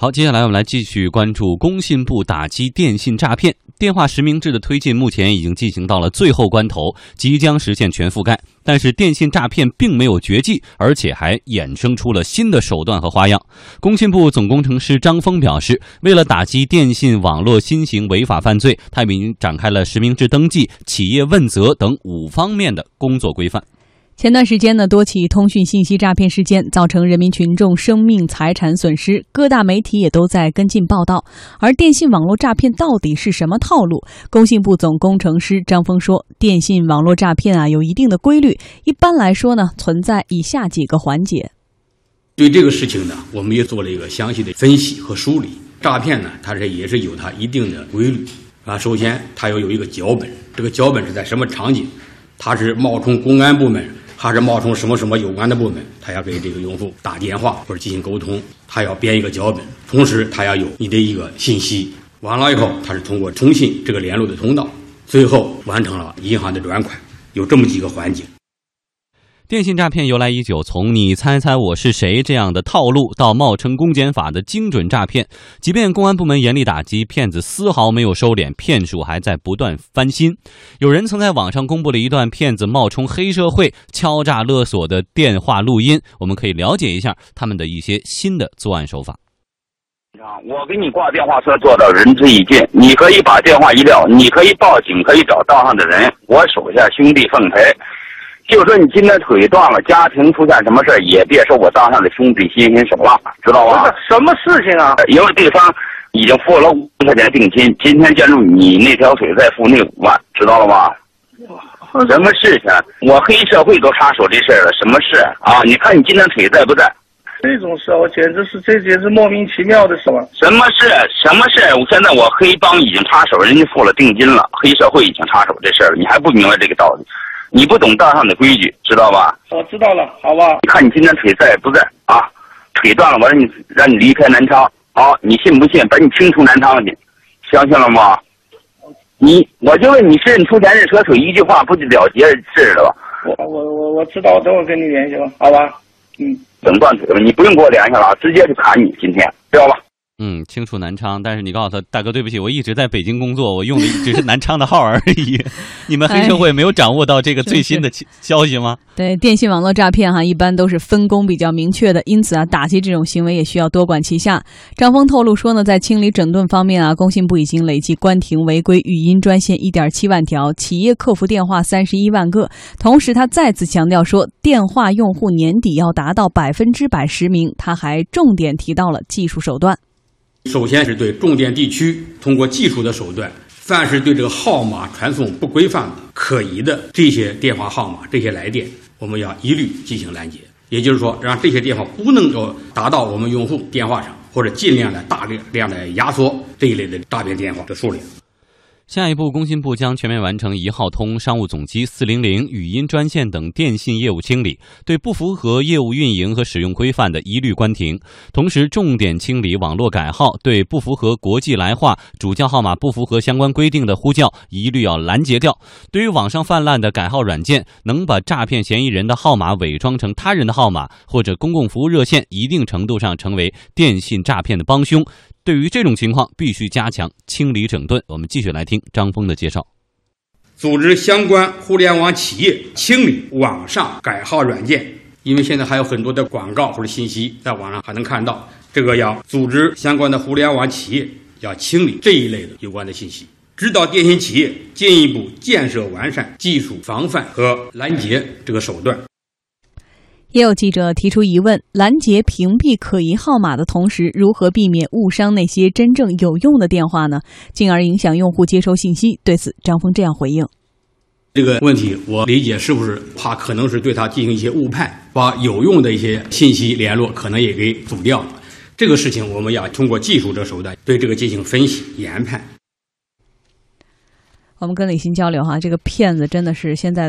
好，接下来我们来继续关注工信部打击电信诈骗。电话实名制的推进目前已经进行到了最后关头，即将实现全覆盖。但是电信诈骗并没有绝迹，而且还衍生出了新的手段和花样。工信部总工程师张峰表示，为了打击电信网络新型违法犯罪，他已经展开了实名制登记、企业问责等5方面的工作规范。 前段时间呢，多起通讯信息诈骗事件造成人民群众生命财产损失，各大媒体也都在跟进报道。而电信网络诈骗到底是什么套路？工信部总工程师张峰说，电信网络诈骗有一定的规律，一般来说呢，存在以下几个环节。 对这个事情呢，我们也做了一个详细的分析和梳理。诈骗呢，它也是有它一定的规律啊。首先，它要有一个脚本，这个脚本是在什么场景？它是冒充公安部门，还是冒充什么什么有关的部门，他要给这个用户打电话或者进行沟通，他要编一个脚本，同时他要有你的一个信息，完了以后他是通过通信这个联络的通道，最后完成了银行的转款，有这么几个环节。 电信诈骗由来已久，从你猜猜我是谁这样的套路到冒称公检法的精准诈骗，即便公安部门严厉打击，骗子丝毫没有收敛，骗术还在不断翻新。有人曾在网上公布了一段骗子冒充黑社会敲诈勒索的电话录音，我们可以了解一下他们的一些新的作案手法。 我给你挂电话车做到仁至义尽，你可以把电话一撂，你可以报警，可以找道上的人，我手下兄弟奉陪。就说你今天腿断了，家庭出现什么事也别说我当上的兄弟心狠手辣，知道吧？ 什么事情啊？ 因为对方已经付了5块钱定金，今天见住你那条腿再付那5万，知道了吧？什么事情？我黑社会都插手这事儿了，什么事啊？你看你今天腿在不在？ 这种事我简直莫名其妙的事吧？ 什么事？什么事？现在我黑帮已经插手，人家付了定金了，黑社会已经插手这事儿了，你还不明白这个道理？你不懂道上的规矩，知道吧？ 我知道了，好吧。 你看你今天腿在不在啊？腿断了，我让你离开南昌啊！你信不信？把你清除南昌去，相信了吗？我就问你是你出钱这车腿，一句话不就了结事了吧？ 我知道，等会跟你联系了，好吧？ 整断腿了，你不用给我联系了，直接就砍你，今天知道吧？ 清楚南昌，但是你告诉他，大哥对不起，我一直在北京工作，我用的只是南昌的号而已。你们黑社会没有掌握到这个最新的消息吗？ 对，电信网络诈骗一般都是分工比较明确的，因此打击这种行为也需要多管齐下。张峰透露说呢，在清理整顿方面工信部已经累计关停违规语音专线1.7万条，企业客服电话31万个。同时他再次强调说，电话用户年底要达到100%实名。他还重点提到了技术手段。 首先是对重点地区通过技术的手段，凡是对这个号码传送不规范的、可疑的这些电话号码、这些来电，我们要一律进行拦截。也就是说，让这些电话不能够达到我们用户电话上，或者尽量的大量的压缩这一类的诈骗电话的数量。 下一步，工信部将全面完成1号通、商务总机、400语音专线等电信业务清理，对不符合业务运营和使用规范的一律关停。同时，重点清理网络改号，对不符合国际来话、主叫号码不符合相关规定的呼叫，一律要拦截掉。对于网上泛滥的改号软件，能把诈骗嫌疑人的号码伪装成他人的号码或者公共服务热线，一定程度上成为电信诈骗的帮凶。对于这种情况，必须加强清理整顿。我们继续来听张峰的介绍。 组织相关互联网企业清理网上改号软件，因为现在还有很多的广告或者信息在网上还能看到，这个要组织相关的互联网企业要清理这一类的有关的信息，指导电信企业进一步建设完善技术防范和拦截这个手段。 也有记者提出疑问，拦截屏蔽可疑号码的同时，如何避免误伤那些真正有用的电话呢？进而影响用户接收信息。对此，张峰这样回应： 这个问题我理解是不是怕可能是对他进行一些误判，把有用的一些信息联络可能也给阻掉了。这个事情我们要通过技术这手段对这个进行分析研判。 我们跟李欣交流这个骗子真的是现在的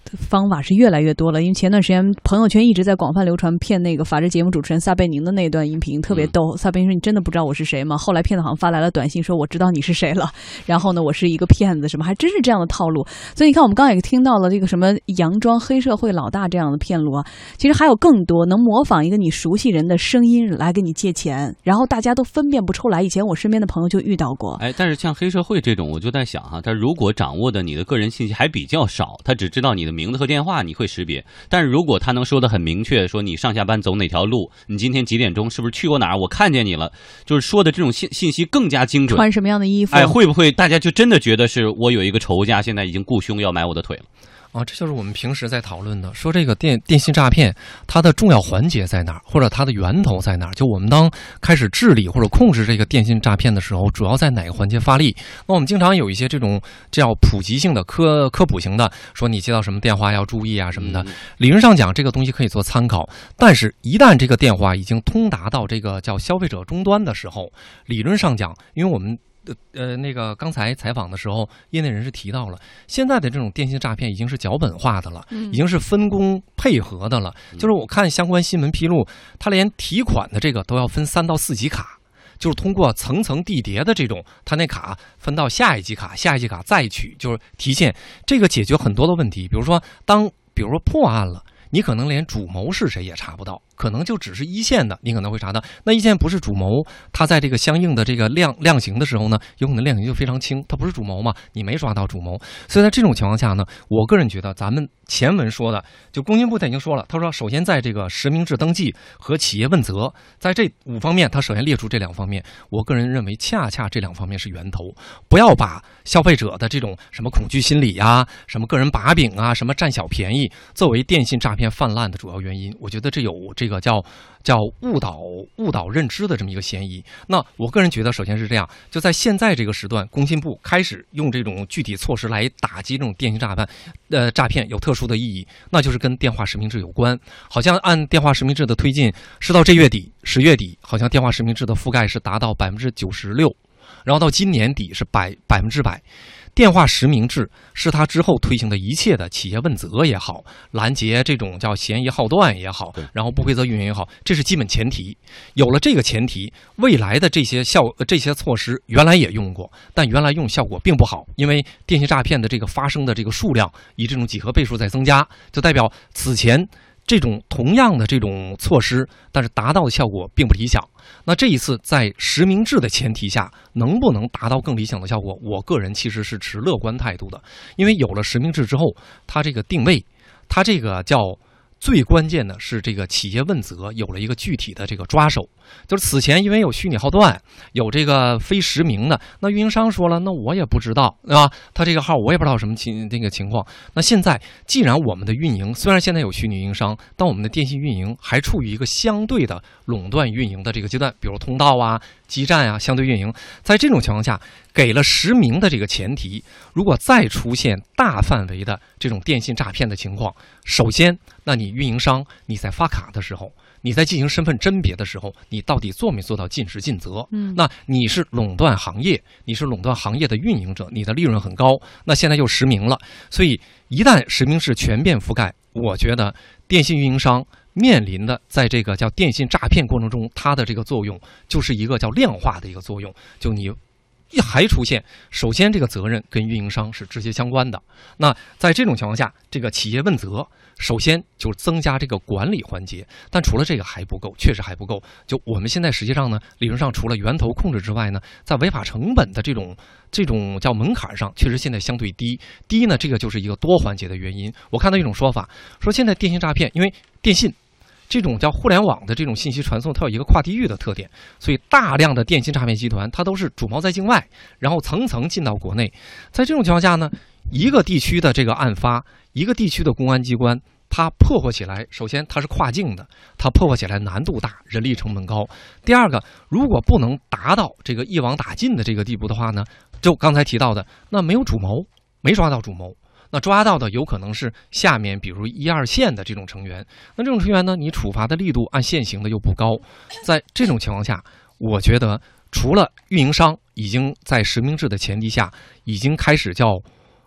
方法是越来越多了。因为前段时间朋友圈一直在广泛流传骗那个法制节目主持人撒贝宁的那段音频，特别逗。撒贝宁说：“你真的不知道我是谁吗？”后来骗子好像发来了短信说：“我知道你是谁了。”然后呢，我是一个骗子，什么还真是这样的套路。所以你看，我们刚刚也听到了这个什么佯装黑社会老大这样的骗路啊，其实还有更多能模仿一个你熟悉人的声音来给你借钱，然后大家都分辨不出来。以前我身边的朋友就遇到过。 但是像黑社会这种，我就在想哈，他如果掌握的你的个人信息还比较少，他只知道你的名字和电话，你会识别。但是如果他能说得很明确，说你上下班走哪条路，你今天几点钟，是不是去过哪儿，我看见你了，就是说的这种信息更加精准。 穿什么样的衣服？ 会不会大家就真的觉得是我有一个仇家，现在已经雇凶要买我的腿了？ 这就是我们平时在讨论的，说这个电信诈骗它的重要环节在哪儿，或者它的源头在哪儿？就我们当开始治理或者控制这个电信诈骗的时候，主要在哪个环节发力？那我们经常有一些这种叫普及性的科普型的，说你接到什么电话要注意啊什么的。理论上讲，这个东西可以做参考，但是一旦这个电话已经通达到这个叫消费者终端的时候，理论上讲，因为我们那个刚才采访的时候，业内人士提到了，现在的这种电信诈骗已经是脚本化的了，已经是分工配合的了。就是我看相关新闻披露，他连提款的这个都要分3到4级卡，就是通过层层递叠的这种，他那卡分到下一级卡，下一级卡再取，就是提现，这个解决很多的问题。比如说破案了，你可能连主谋是谁也查不到，可能就只是一线的，你可能会查到。那一线不是主谋，他在这个相应的这个量刑的时候呢，有可能量刑就非常轻，他不是主谋嘛，你没抓到主谋。所以在这种情况下呢，我个人觉得咱们前文说的，就工信部他已经说了，他说首先在这个实名制登记和企业问责，在这5方面，他首先列出这2方面。我个人认为，恰恰这2方面是源头，不要把消费者的这种什么恐惧心理啊、什么个人把柄啊、什么占小便宜作为电信诈骗泛滥的主要原因。我觉得这有这个叫误导认知的这么一个嫌疑。那我个人觉得，首先是这样，就在现在这个时段，工信部开始用这种具体措施来打击这种电信诈骗有特殊的意义，那就是跟电话实名制有关。好像按电话实名制的推进，是到这月底10月底，好像电话实名制的覆盖是达到96%，然后到今年底是100%。电话实名制是他之后推行的一切的企业问责也好，拦截这种叫嫌疑号段也好，然后不规则运营也好，这是基本前提。有了这个前提，未来的这些措施原来也用过，但原来用效果并不好，因为电信诈骗的这个发生的这个数量以这种几何倍数在增加，就代表此前这种同样的这种措施，但是达到的效果并不理想。那这一次在实名制的前提下，能不能达到更理想的效果？我个人其实是持乐观态度的，因为有了实名制之后，它这个定位，它这个叫最关键的是这个企业问责有了一个具体的这个抓手。就是此前因为有虚拟号段，有这个非实名的，那运营商说了，那我也不知道，对吧？他这个号我也不知道什么情况。那现在既然我们的运营虽然现在有虚拟运营商，但我们的电信运营还处于一个相对的垄断运营的这个阶段，比如通道啊、基站啊，相对运营。在这种情况下，给了实名的这个前提，如果再出现大范围的这种电信诈骗的情况，首先，那你运营商你在发卡的时候，你在进行身份甄别的时候，你到底做没做到尽职尽责？那你是垄断行业，你是垄断行业的运营者，你的利润很高，那现在又实名了，所以一旦实名制全面覆盖，我觉得电信运营商面临的在这个叫电信诈骗过程中，它的这个作用就是一个叫量化的一个作用，就你还出现，首先这个责任跟运营商是直接相关的。那在这种情况下，这个企业问责首先就增加这个管理环节，但除了这个还不够，确实还不够。就我们现在实际上呢，理论上除了源头控制之外呢，在违法成本的这种叫门槛上，确实现在相对低。第一呢，这个就是一个多环节的原因。我看到一种说法，说现在电信诈骗，因为电信这种叫互联网的这种信息传送，它有一个跨地域的特点，所以大量的电信诈骗集团它都是主谋在境外，然后层层进到国内。在这种情况下呢，一个地区的这个案发，一个地区的公安机关，它破获起来，首先它是跨境的，它破获起来难度大，人力成本高。第二个，如果不能达到这个一网打尽的这个地步的话呢，就刚才提到的，那没有主谋，没抓到主谋。那抓到的有可能是下面比如1、2线的这种成员，那这种成员呢，你处罚的力度按现行的又不高。在这种情况下，我觉得除了运营商已经在实名制的前提下已经开始叫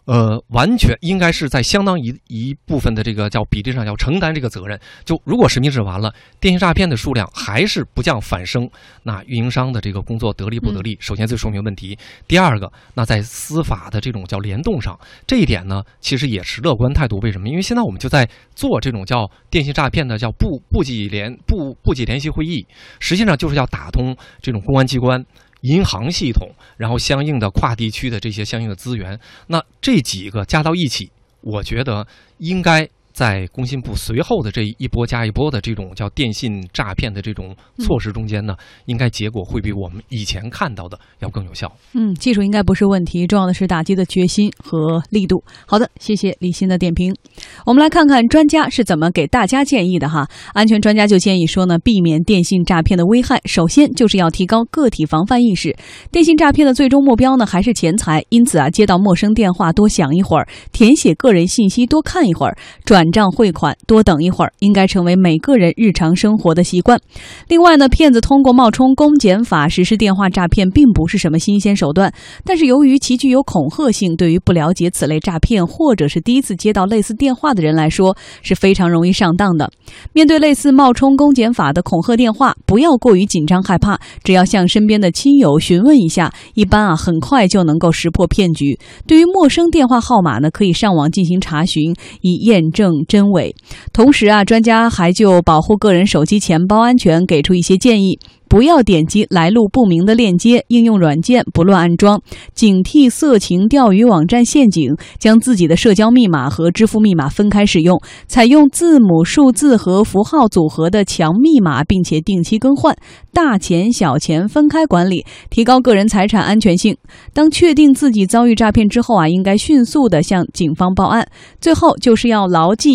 完全应该是在相当一部分的这个叫比例上要承担这个责任。就如果实名制完了，电信诈骗的数量还是不降反升，那运营商的这个工作得力不得力，首先最说明问题。第二个，那在司法的这种叫联动上，这一点呢，其实也是乐观态度。为什么？因为现在我们就在做这种叫电信诈骗的叫部级联席会议，实际上就是要打通这种公安机关、银行系统，然后相应的跨地区的这些相应的资源，那这几个加到一起，我觉得应该在工信部随后的这一波加一波的这种叫电信诈骗的这种措施中间呢，应该结果会比我们以前看到的要更有效。 技术应该不是问题，重要的是打击的决心和力度。好的，谢谢李欣的点评。我们来看看专家是怎么给大家建议的哈。安全专家就建议说呢，避免电信诈骗的危害，首先就是要提高个体防范意识。电信诈骗的最终目标呢还是钱财，因此接到陌生电话多想一会儿，填写个人信息多看一会儿，转账汇款多等一会儿，应该成为每个人日常生活的习惯。另外呢，骗子通过冒充公检法实施电话诈骗并不是什么新鲜手段，但是由于其具有恐吓性，对于不了解此类诈骗或者是第一次接到类似电话的人来说是非常容易上当的。面对类似冒充公检法的恐吓电话，不要过于紧张害怕，只要向身边的亲友询问一下，一般很快就能够识破骗局。对于陌生电话号码呢，可以上网进行查询，以验证真伪。同时专家还就保护个人手机钱包安全给出一些建议。不要点击来路不明的链接，应用软件不乱安装，警惕色情钓鱼网站陷阱，将自己的社交密码和支付密码分开使用，采用字母、数字和符号组合的强密码，并且定期更换，大钱小钱分开管理，提高个人财产安全性。当确定自己遭遇诈骗之后应该迅速的向警方报案。最后就是要牢记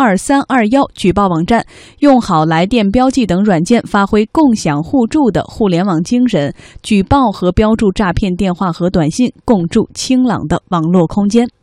12321举报网站，用好来电标记等软件，发挥共享互助的互联网精神，举报和标注诈骗电话和短信，共筑清朗的网络空间。